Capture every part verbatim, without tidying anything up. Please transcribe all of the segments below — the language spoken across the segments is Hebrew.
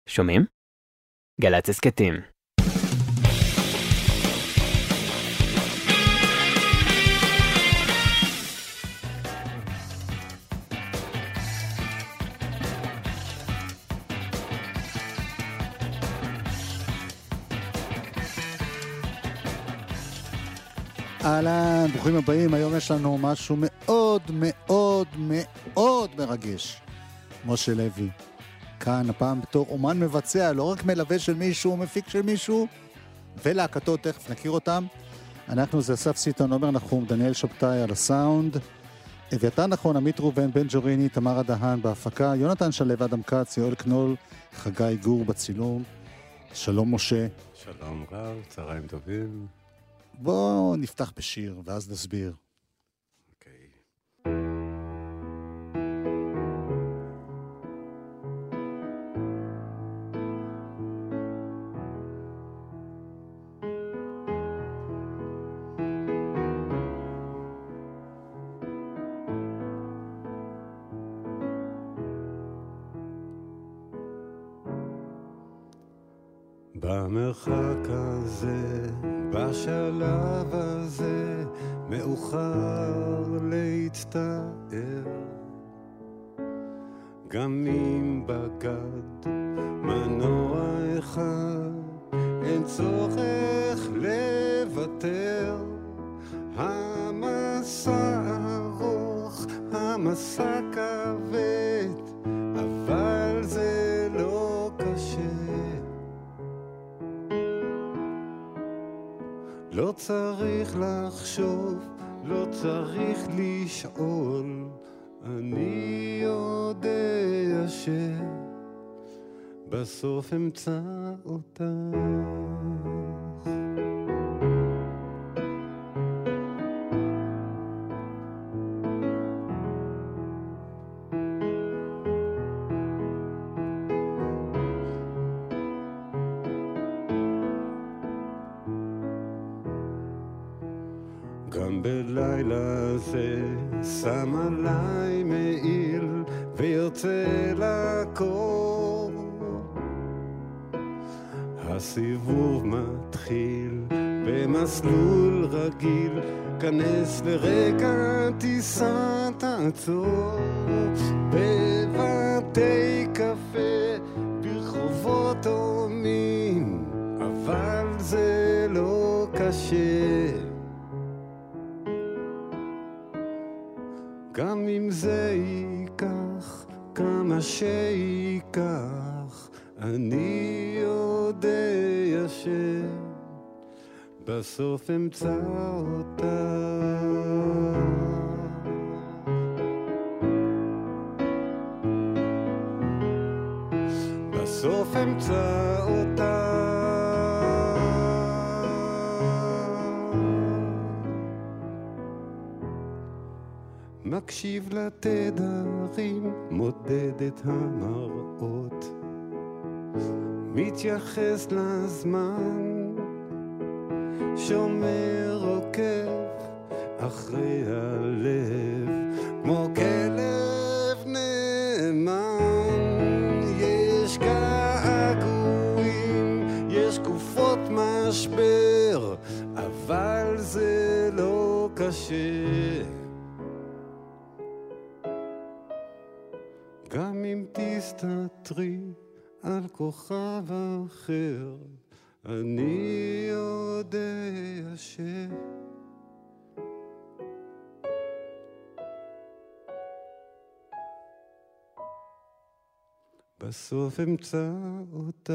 שומעים? גל"צ הסכתים. אהלן, ברוכים הבאים. היום יש לנו משהו מאוד מאוד מאוד מרגש. משה לוי, כאן הפעם בתור אומן מבצע, לא רק מלווה של מישהו, מפיק של מישהו, ולהקתו, תכף נכיר אותם. אנחנו זה אסף סיטון, עומר נחום, דניאל שבתאי על הסאונד, אביתר נכון, עמית ראובן, בן ג'וריני, תמרה דהן בהפקה, יונתן שלו, אדם כץ, יואל קנול, חגי גור בצילום. שלום משה. שלום רב, צהריים טובים. בואו נפתח בשיר ואז נסביר. אוקיי. במרחק הזה, בשלב הזה, מאוחר להצטער. גם אם בגד מנוע אחד, אין צורך לוותר. המסע ארוך, המסע כבד, אבל זה לא קשה. לא צריך לחשוב, לא צריך לשאול, אני יודע שבסוף אמצא אותך. גם בלילה זה שם עליי מעיל ויוצא לקור. הסיבוב מתחיל במסלול רגיל, כנס לרגע טיסה תעצור. בבתי קפה ברחובות הומים, אבל זה לא קשה. גם אם זה ייקח כמה שייקח, אני יודע שבסוף אמצא אותך. בסוף אמצא אותך. מקשיב לתדרים, מודד את המראות, מתייחס לזמן, שומר עוקב אחרי הלב, כמו כלב נאמן. יש געגועים, יש תקופות משבר, אבל זה לא קשה. גם אם תסתתרי על כוכב אחר, אני יודע ש... בסוף אמצא אותך.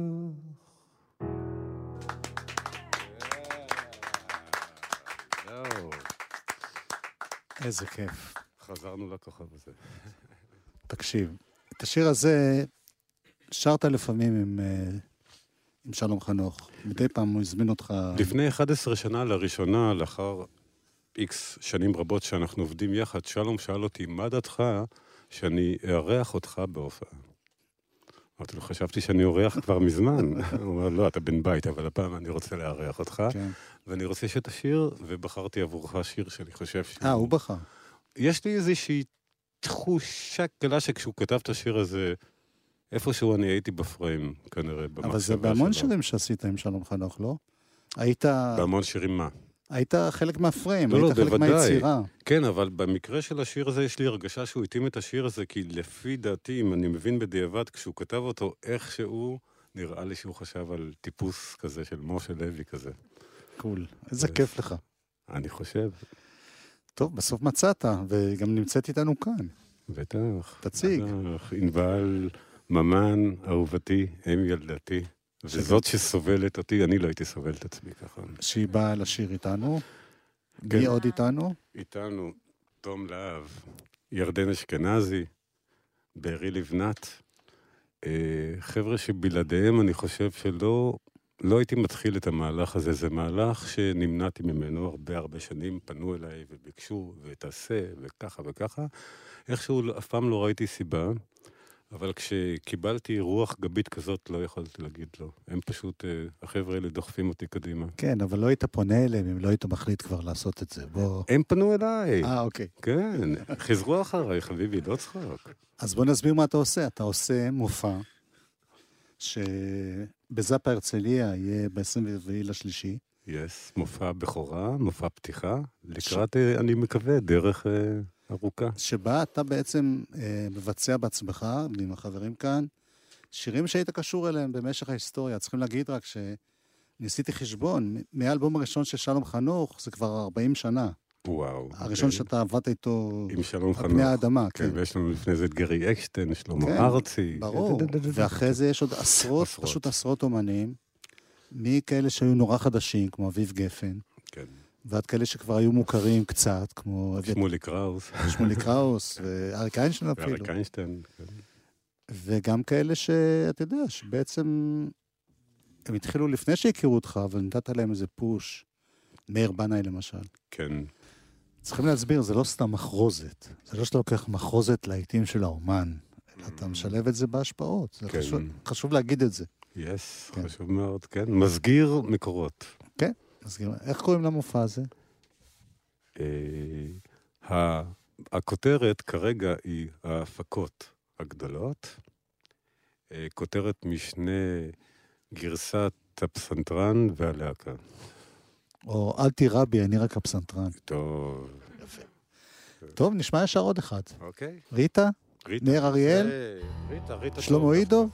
איזה כיף. חזרנו לכוכב הזה. תקשיב, את השיר הזה שרת לפעמים עם, עם שלום חנוך. מדי פעם הוא הזמין אותך... לפני אחת עשרה שנה לראשונה, לאחר איקס שנים רבות שאנחנו עובדים יחד, שלום שאל אותי, מה דעתך שאני אארח אותך בהופעה? אמרתי לו, חשבתי שאני אורח כבר מזמן. הוא אומר, לא, אתה בן בית, אבל הפעם אני רוצה לארח אותך. כן. ואני רוצה שתשיר, ובחרתי עבורך שיר שאני חושב ש... אה, הוא בחר. יש לי איזושהי תחושה קלה שכשהוא כתב את השיר הזה, איפשהו אני הייתי בפריים, כנראה, במחשבה שלו. אבל זה בהמון שירים שעשית עם שלום חנוך, לא? היית... בהמון שירים מה? היית חלק מהפריים, לא, לא, היית חלק בוודאי. מהיצירה. כן, אבל במקרה של השיר הזה יש לי הרגשה שהוא התאים את השיר הזה, כי לפי דעתי, אם אני מבין בדיעבד, כשהוא כתב אותו איכשהו, נראה לי שהוא חשב על טיפוס כזה של משה לוי כזה. קול, איזה כיף לך. אני חושב. טוב, בסוף מצאת, וגם נמצאת איתנו כאן. בטח. תציג. בטח, ענבל, ממן, אהובתי, אם ילדתי, וזאת שסובלת אותי, אני לא הייתי סובל את עצמי ככה. שהיא באה לשיר איתנו. כן. מי עוד איתנו? איתנו, תום להב, ירדן אשכנזי, בארי לבנת, אה, חבר'ה שבלעדיהם אני חושב שלא לא הייתי מתחיל את המהלך הזה. זה מהלך שנמנעתי ממנו הרבה הרבה שנים, פנו אליי וביקשו ותעשה וככה וככה. איכשהו אף פעם לא ראיתי סיבה, אבל כשקיבלתי רוח גבית כזאת לא יכולתי להגיד לו. הם פשוט, אה, החבר'ה האלה דוחפים אותי קדימה. כן, אבל לא היית פונה אליהם, אם לא היית מחליט כבר לעשות את זה. בוא... הם פנו אליי. אה, אוקיי. כן, חזרו אחריי, חביבי, לא צחוק. אז בוא נסביר מה אתה עושה. אתה עושה מופע שבזאפה הרצליה יהיה ב-עשרים ורביעי לשלישי. יש, מופע בכורה, מופע פתיחה, לקראת, אני מקווה, דרך אה, ארוכה. שבה אתה בעצם אה, מבצע בעצמך, עם החברים כאן, שירים שהיית קשור אליהם במשך ההיסטוריה. צריכים להגיד רק שניסיתי חשבון, מהאלבום הראשון של שלום חנוך, זה כבר ארבעים שנה. וואו. הראשון כן. שאתה עבדת איתו עם שלום חנוך. על פני האדמה, כן. כן. ויש לנו לפני זה את גרי אקשטיין, שלמה כן, ארצי. ברור. ואחרי זה יש עוד עשרות, עשרות. פשוט עשרות אומנים, מכאלה שהיו נורא חדשים, כמו אביב גפן, כן. ועד כאלה שכבר היו מוכרים קצת, כמו שמולי קראוס. שמולי קראוס, ואריק איינשטיין אפילו. ואריק איינשטיין. כן. וגם כאלה שאתה יודע, שבעצם הם התחילו לפני שהכירו אותך, אבל נתת להם איזה פוש, מאיר בנאי למשל. כן. צריכים להסביר, זה לא סתם מחרוזת. זה לא שאתה לוקח מחרוזת לעיתים של האומן, אלא אתה משלב את זה בהשפעות. זה כן. חשוב, חשוב להגיד את זה. יש, כן. חשוב מאוד, כן. מסגיר מקורות. כן. אז איך קוראים למופע הזה? אה, ה- הכותרת כרגע היא ההפקות הגדולות. אה, כותרת משנה גרסת הפסנתרן והלהקה. או אל תירא בי, אני רק הפסנתרן. טוב. יפה. טוב, נשמע ישר עוד אחד. אוקיי. ריטה? ריטה. ניר אריאל? אה, ריטה, ריטה. שלמה טוב. אידוב?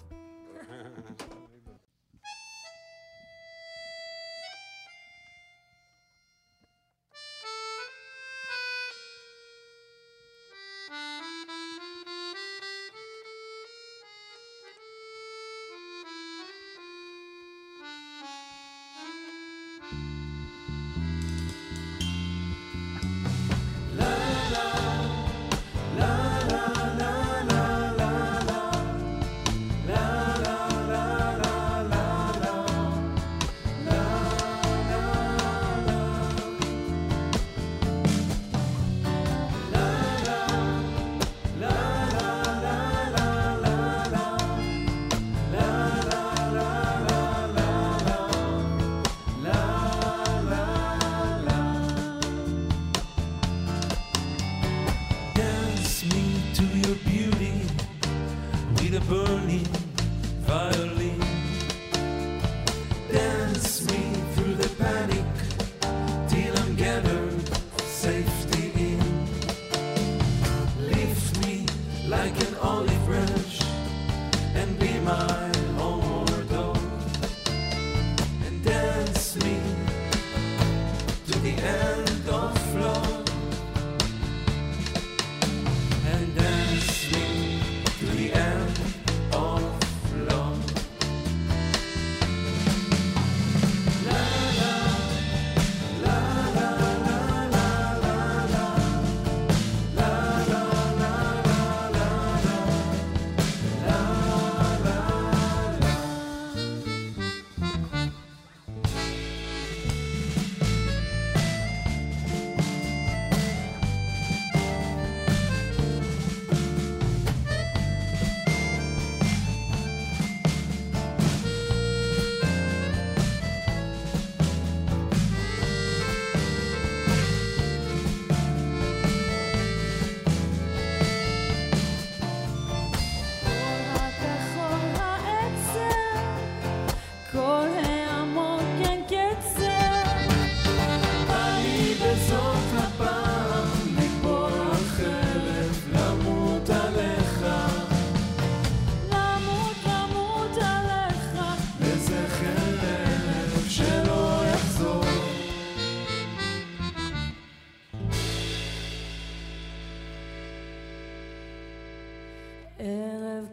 Dance me to your beauty with a burning violin. Dance me through the panic till I'm gathered safety in. Lift me like an olive branch and be my homeward door. And dance me to the end of love. And dance me to the end of love. La la, la la la la la la, la la la la la la, la la la la la.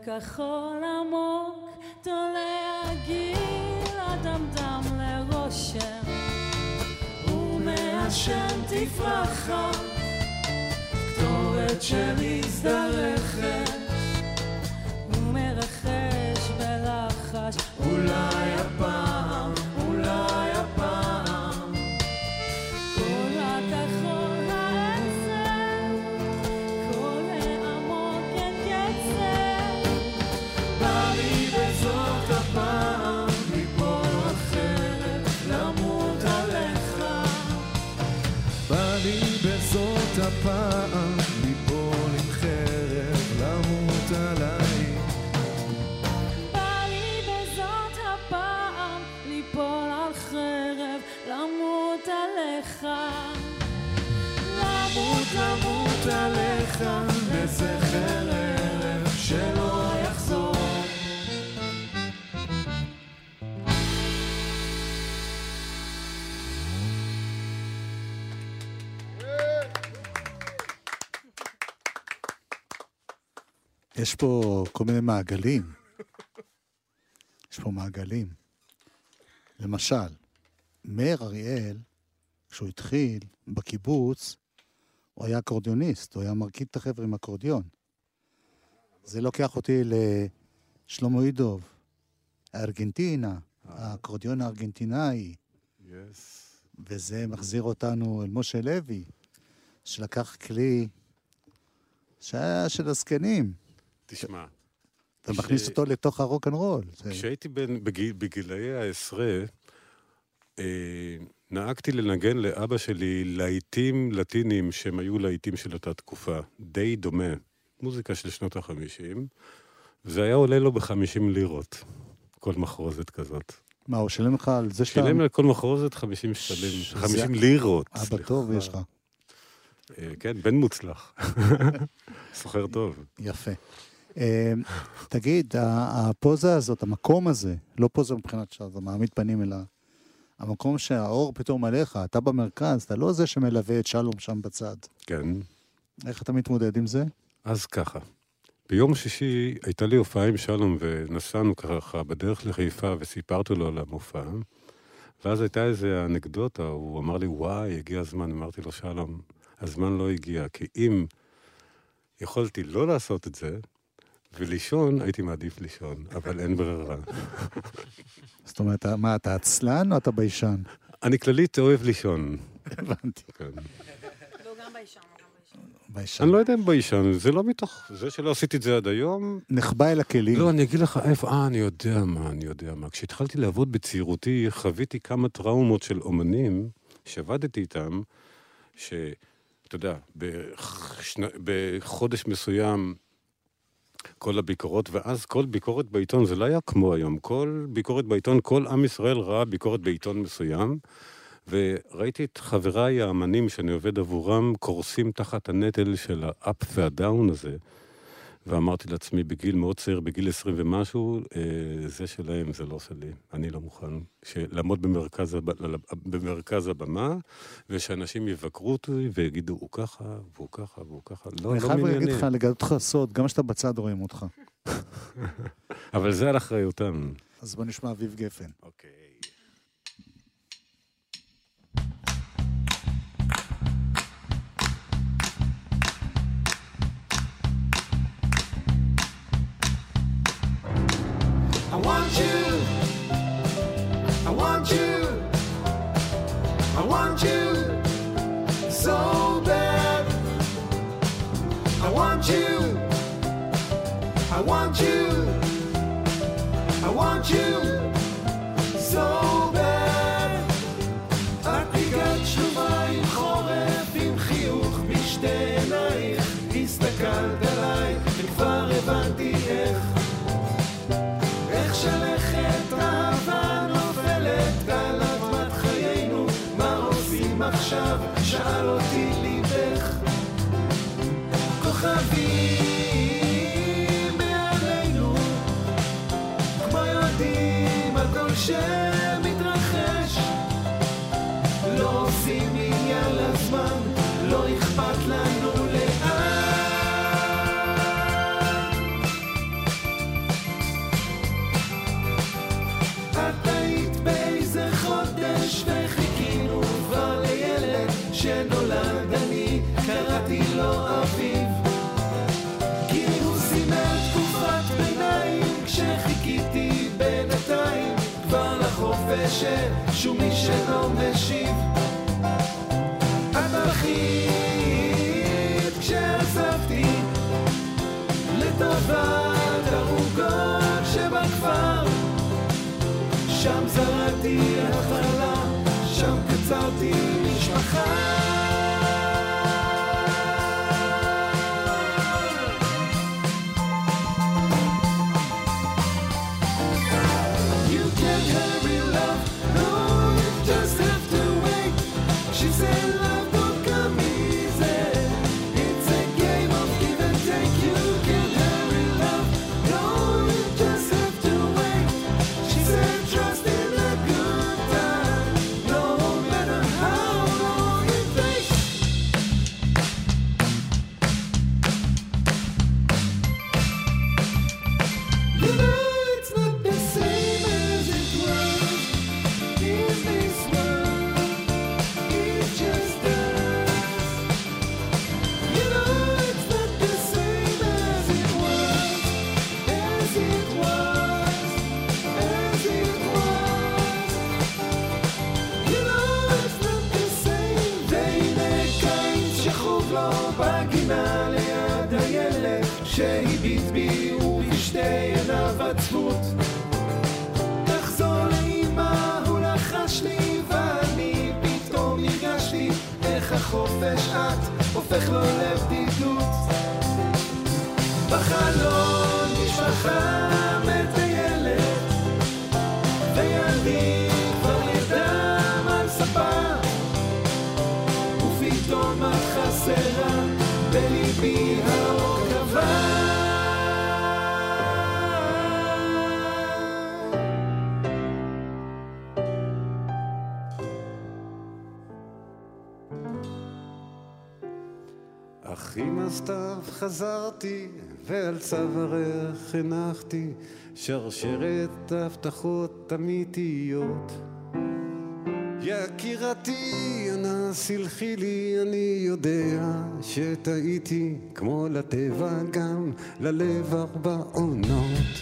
כחול עמוק תולה הגיל אדמדם לראשם ומעשן תפרחה כתורת של הזדרכת ומרחש בלחש אולי הפעם, אולי הפעם כל הכחול העצב כל העמוק אין קצב בא לי בזאת הפעם ליפול אחרת למות עליך בא לי בזאת הפעם ליפול עם חרב למות עליי בא לי בזאת הפעם ליפול על חרב למות עליך למות למות עליך בזכר ערב שלא יחזור יש פה כל מיני מעגלים. יש פה מעגלים. למשל, מאיר אריאל, כשהוא התחיל בקיבוץ, הוא היה אקורדיוניסט, הוא היה מרכיב את החבר'ה עם אקורדיון. זה לוקח אותי לשלמה אידוב, הארגנטינה, האקורדיון הארגנטינאי, Yes. וזה מחזיר אותנו אל משה לוי, שלקח כלי שהיה של הזקנים, תשמע, אתה כש- מכניס אותו לתוך הרוק'נ'רול. זה- כשהייתי בן- בגיל- בגילאי העשרה, אה, נהגתי לנגן לאבא שלי להיטים לטינים שהם היו להיטים של אותה תקופה, די דומה, מוזיקה של שנות החמישים, וזה היה עולה לו בחמישים לירות, כל מחרוזת כזאת. מה, הוא שילם לך על זה שאתה... שילם על כל מחרוזת חמישים שקלים, שזה- חמישים לירות. אבא סליחה. טוב יש לך. אה, כן, בן מוצלח. סוחר טוב. יפה. אה, תגיד, ה- הפוזה הזאת, המקום הזה, לא פוזה מבחינת שאתה מעמיד פנים, אלא המקום שהאור פתאום עליך, אתה במרכז, אתה לא זה שמלווה את שלום שם בצד. כן. איך אתה מתמודד עם זה? אז ככה, ביום שישי הייתה לי הופעה עם שלום ונסענו ככה בדרך לחיפה וסיפרתי לו על המופע, ואז הייתה איזו אנקדוטה, הוא אמר לי, וואי, הגיע הזמן, אמרתי לו, שלום, הזמן לא הגיע, כי אם יכולתי לא לעשות את זה, ולישון, הייתי מעדיף לישון, אבל אין ברירה. זאת אומרת, מה, אתה עצלן או אתה ביישן? אני כללית אוהב לישון. הבנתי. כן. לא, גם בישן, גם בישן. ביישן. אני לא יודע אם ביישן, זה לא מתוך, זה שלא עשיתי את זה עד היום, נחבא אל הכלים. לא, אני אגיד לך איפה, אה, אני יודע מה, אני יודע מה. כשהתחלתי לעבוד בצעירותי, חוויתי כמה טראומות של אומנים, שעבדתי איתם, שאתה יודע, בחשנ... בחודש מסוים, כל הביקורות, ואז כל ביקורת בעיתון, זה לא היה כמו היום, כל ביקורת בעיתון, כל עם ישראל ראה ביקורת בעיתון מסוים, וראיתי את חבריי האמנים שאני עובד עבורם, קורסים תחת הנטל של האפ והדאון הזה, ואמרתי לעצמי בגיל מאוד צעיר, בגיל עשרים ומשהו, אה, זה שלהם, זה לא שלי. אני לא מוכן. לעמוד במרכז, הב... במרכז הבמה, ושאנשים יבקרו אותי ויגידו, הוא ככה, והוא ככה, והוא ככה. לא, אני לא חייב מעניינים. להגיד לך, לגלות לך סוד, גם שאתה בצד רואים אותך. אבל זה על אחריותם. אז בוא נשמע אביב גפן. אוקיי. I want you, I want you, I want you so bad. I want you, I want you, I want you so bad. את הגעת שלובה עם חורף, עם חיוך בשתי עינייך, הסתכלת עליי וכבר הבנתי איך איך שלכת אהבה נופלת על אדמת חיינו, מה עושים עכשיו? שאל אותי ליבך. כוכבים מעלינו, כמו יודעים על כל שמתרחש, לא עושים עניין לזמן, לא אכפת לנו לאן. וששום מי שלא משיב. את בכית כשעזבתי לטובת הרוגות שבכפר, שם זרעתי החלה, שם קצרתי משפחה. שהביט בי ובשתי עיניו עצבות. תחזור לאמא, הוא לחש לי ואני פתאום הרגשתי איך החופש את הופך לו לבדידות. בחלון משפחה מטיילת וילדי כבר ידם על ספה, ופתאום את חסרה בליבי האור קבע. אחי מסתיו חזרתי ועל צווארך הנחתי שרשרת הבטחות אמיתיות. יקירתי, אנא סלחי לי, אני יודע שטעיתי כמו לטבע גם ללב ארבע עונות.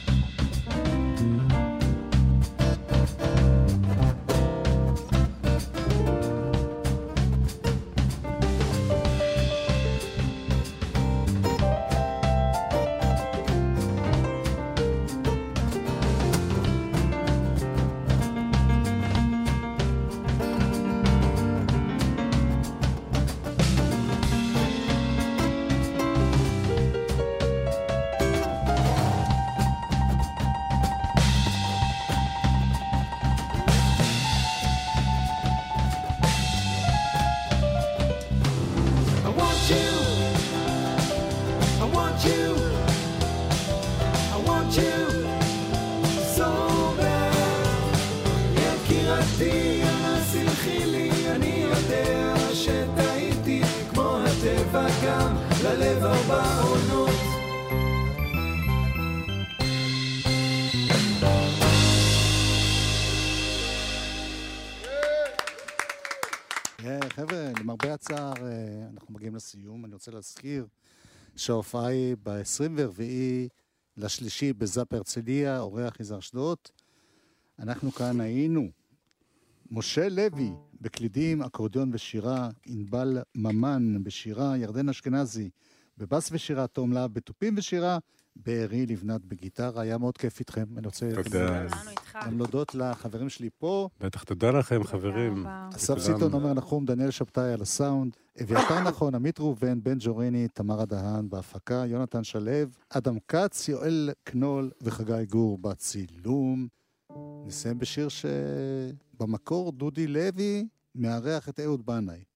חבר'ה, למרבה הצער, אנחנו מגיעים לסיום. אני רוצה להזכיר שההופעה היא ב-עשרים וארבעה לשלישי בזאפ הרצליה, אורח יזהר אשדוד. אנחנו כאן היינו משה לוי בקלידים, אקורדיון ושירה, ענבל ממן בשירה, ירדן אשכנזי בבס ושירה, תום להב בתופים ושירה, בארי לבנת בגיטרה. היה מאוד כיף איתכם. אני רוצה גם להודות לחברים שלי פה. בטח, תודה לכם חברים. אסף סיטון, עומר נחום, דניאל שבתאי על הסאונד, אביתר נכון, עמית ראובן, בן ג'וריני, תמרה דהן בהפקה, יונתן שלו, אדם קץ, יואל קנול וחגי גור בצילום. נסיים בשיר שבמקור דודי לוי מארח את אהוד בנאי.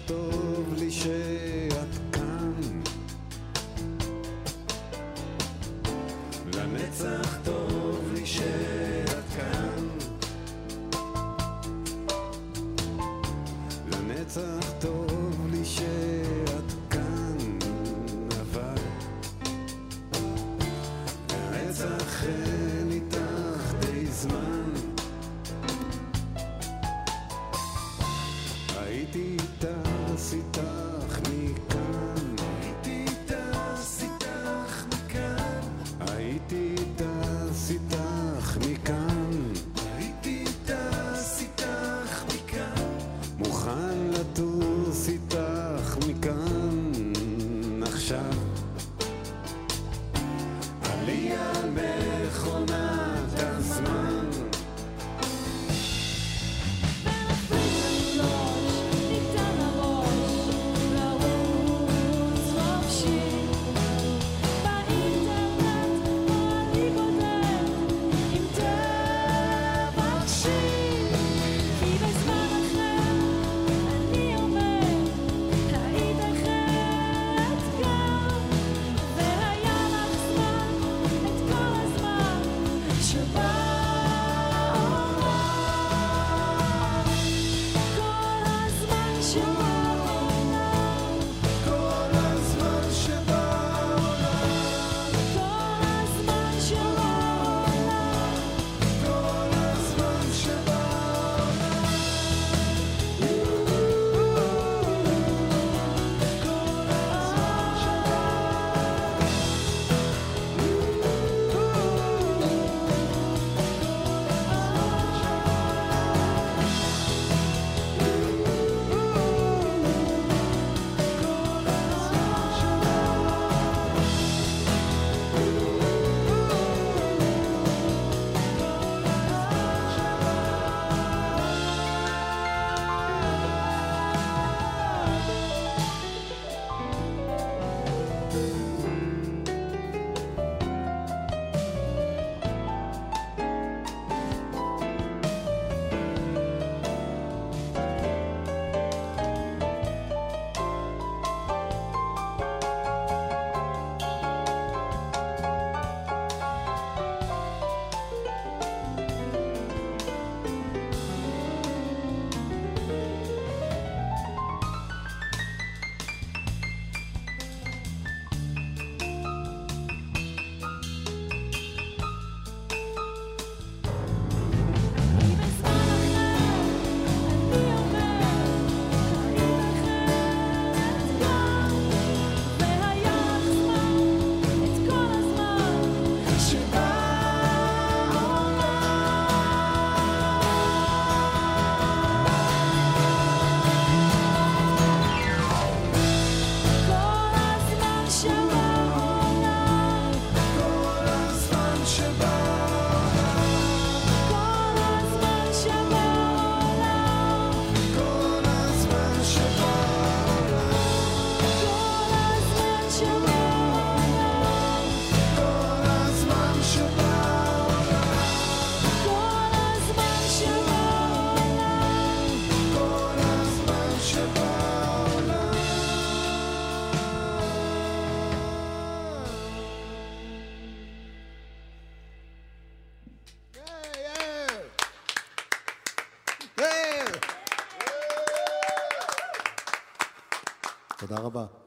טוב לי שאת כאן, לנצח טוב לי שאת כאן, לנצח טוב לי שאת כאן, אבל לנצח אין איתך די זמן. הייתי טס איתך מכאן, הייתי טס איתך מכאן, הייתי טס איתך מכאן, הייתי טס איתך מכאן, מוכן לטוס איתך מכאן עכשיו. עלי על מכונת הזמן, תודה רבה.